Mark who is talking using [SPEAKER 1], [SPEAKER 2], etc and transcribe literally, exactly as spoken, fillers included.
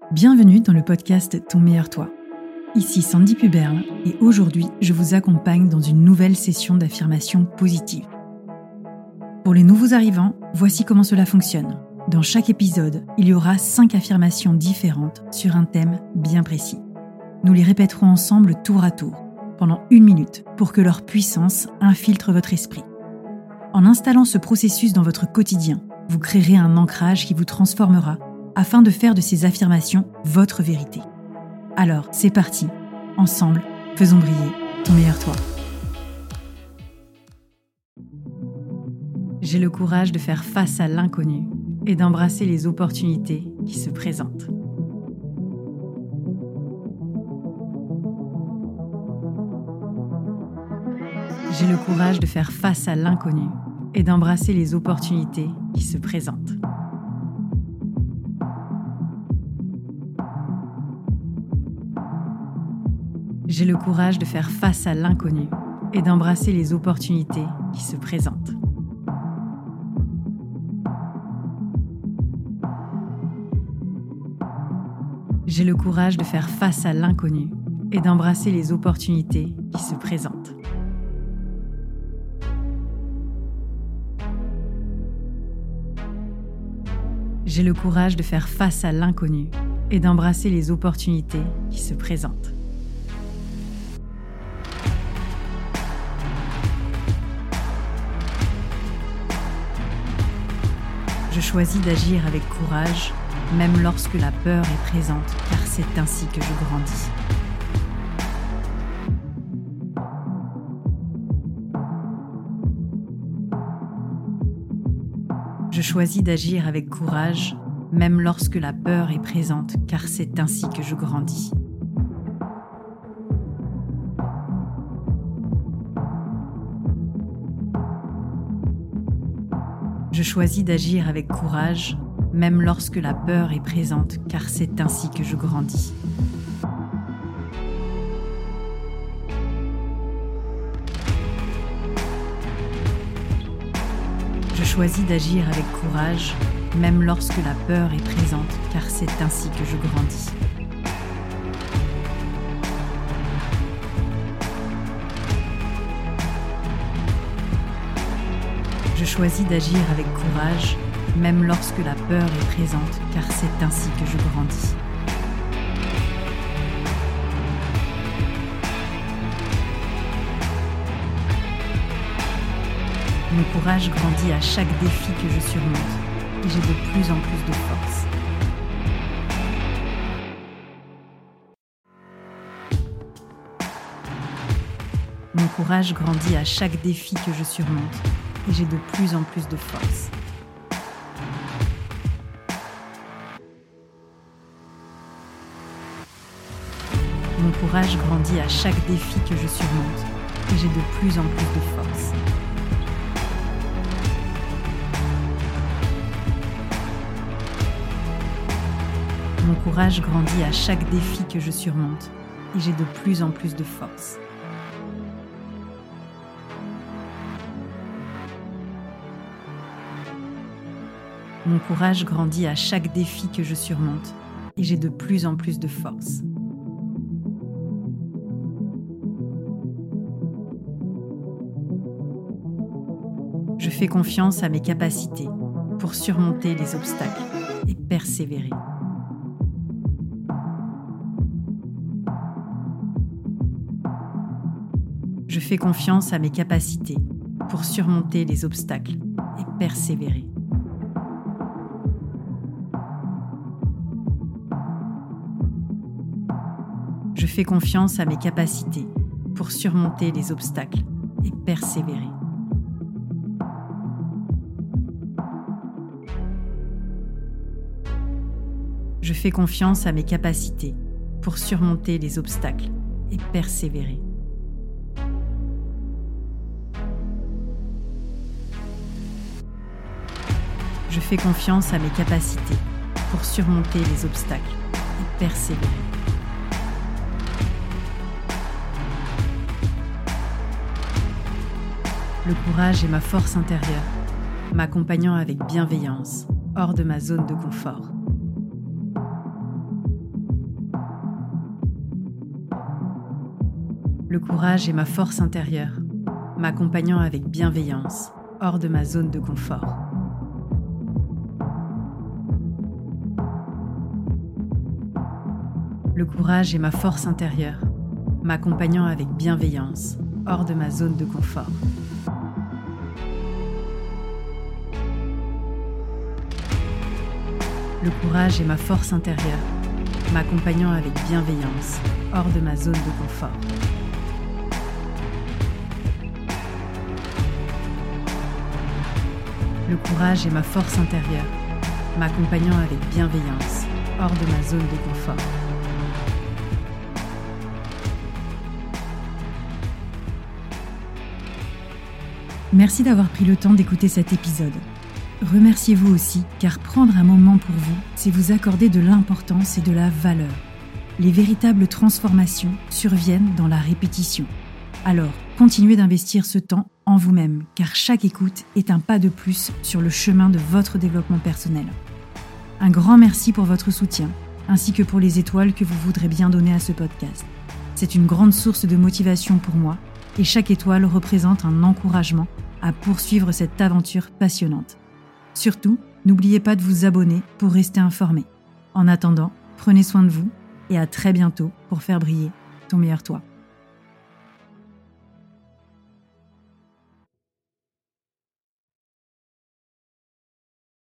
[SPEAKER 1] Bienvenue dans le podcast Ton meilleur toi. Ici Sandy Puberle et aujourd'hui, je vous accompagne dans une nouvelle session d'affirmations positives. Pour les nouveaux arrivants, voici comment cela fonctionne. Dans chaque épisode, il y aura cinq affirmations différentes sur un thème bien précis. Nous les répéterons ensemble tour à tour, pendant une minute, pour que leur puissance infiltre votre esprit. En installant ce processus dans votre quotidien, vous créerez un ancrage qui vous transformera afin de faire de ces affirmations votre vérité. Alors, c'est parti. Ensemble, faisons briller ton meilleur toi. J'ai le courage de faire face à l'inconnu et d'embrasser les opportunités qui se présentent. J'ai le courage de faire face à l'inconnu et d'embrasser les opportunités qui se présentent. J'ai le courage de faire face à l'inconnu et d'embrasser les opportunités qui se présentent. J'ai le courage de faire face à l'inconnu et d'embrasser les opportunités qui se présentent. J'ai le courage de faire face à l'inconnu et d'embrasser les opportunités qui se présentent. Je choisis d'agir avec courage, même lorsque la peur est présente, car c'est ainsi que je grandis. Je choisis d'agir avec courage, même lorsque la peur est présente, car c'est ainsi que je grandis. Je choisis d'agir avec courage, même lorsque la peur est présente, car c'est ainsi que je grandis. Je choisis d'agir avec courage, même lorsque la peur est présente, car c'est ainsi que je grandis. Je choisis d'agir avec courage, même lorsque la peur est présente, car c'est ainsi que je grandis. Mon courage grandit à chaque défi que je surmonte, et j'ai de plus en plus de force. Mon courage grandit à chaque défi que je surmonte, et j'ai de plus en plus de force. Mon courage grandit à chaque défi que je surmonte, et j'ai de plus en plus de force. Mon courage grandit à chaque défi que je surmonte, et j'ai de plus en plus de force. Mon courage grandit à chaque défi que je surmonte, et j'ai de plus en plus de force. Je fais confiance à mes capacités pour surmonter les obstacles et persévérer. Je fais confiance à mes capacités pour surmonter les obstacles et persévérer. Je fais confiance à mes capacités pour surmonter les obstacles et persévérer. Je fais confiance à mes capacités pour surmonter les obstacles et persévérer. Je fais confiance à mes capacités pour surmonter les obstacles et persévérer. Le courage est ma force intérieure, m'accompagnant avec bienveillance, hors de ma zone de confort. Le courage est ma force intérieure, m'accompagnant avec bienveillance, hors de ma zone de confort. Le courage est ma force intérieure, m'accompagnant avec bienveillance, hors de ma zone de confort. Le courage est ma force intérieure, m'accompagnant avec bienveillance, hors de ma zone de confort. Le courage est ma force intérieure, m'accompagnant avec bienveillance, hors de ma zone de confort. Merci d'avoir pris le temps d'écouter cet épisode. Remerciez-vous aussi, car prendre un moment pour vous, c'est vous accorder de l'importance et de la valeur. Les véritables transformations surviennent dans la répétition. Alors, continuez d'investir ce temps en vous-même, car chaque écoute est un pas de plus sur le chemin de votre développement personnel. Un grand merci pour votre soutien, ainsi que pour les étoiles que vous voudrez bien donner à ce podcast. C'est une grande source de motivation pour moi, et chaque étoile représente un encouragement à poursuivre cette aventure passionnante. Surtout, n'oubliez pas de vous abonner pour rester informé. En attendant, prenez soin de vous et à très bientôt pour faire briller ton meilleur toi.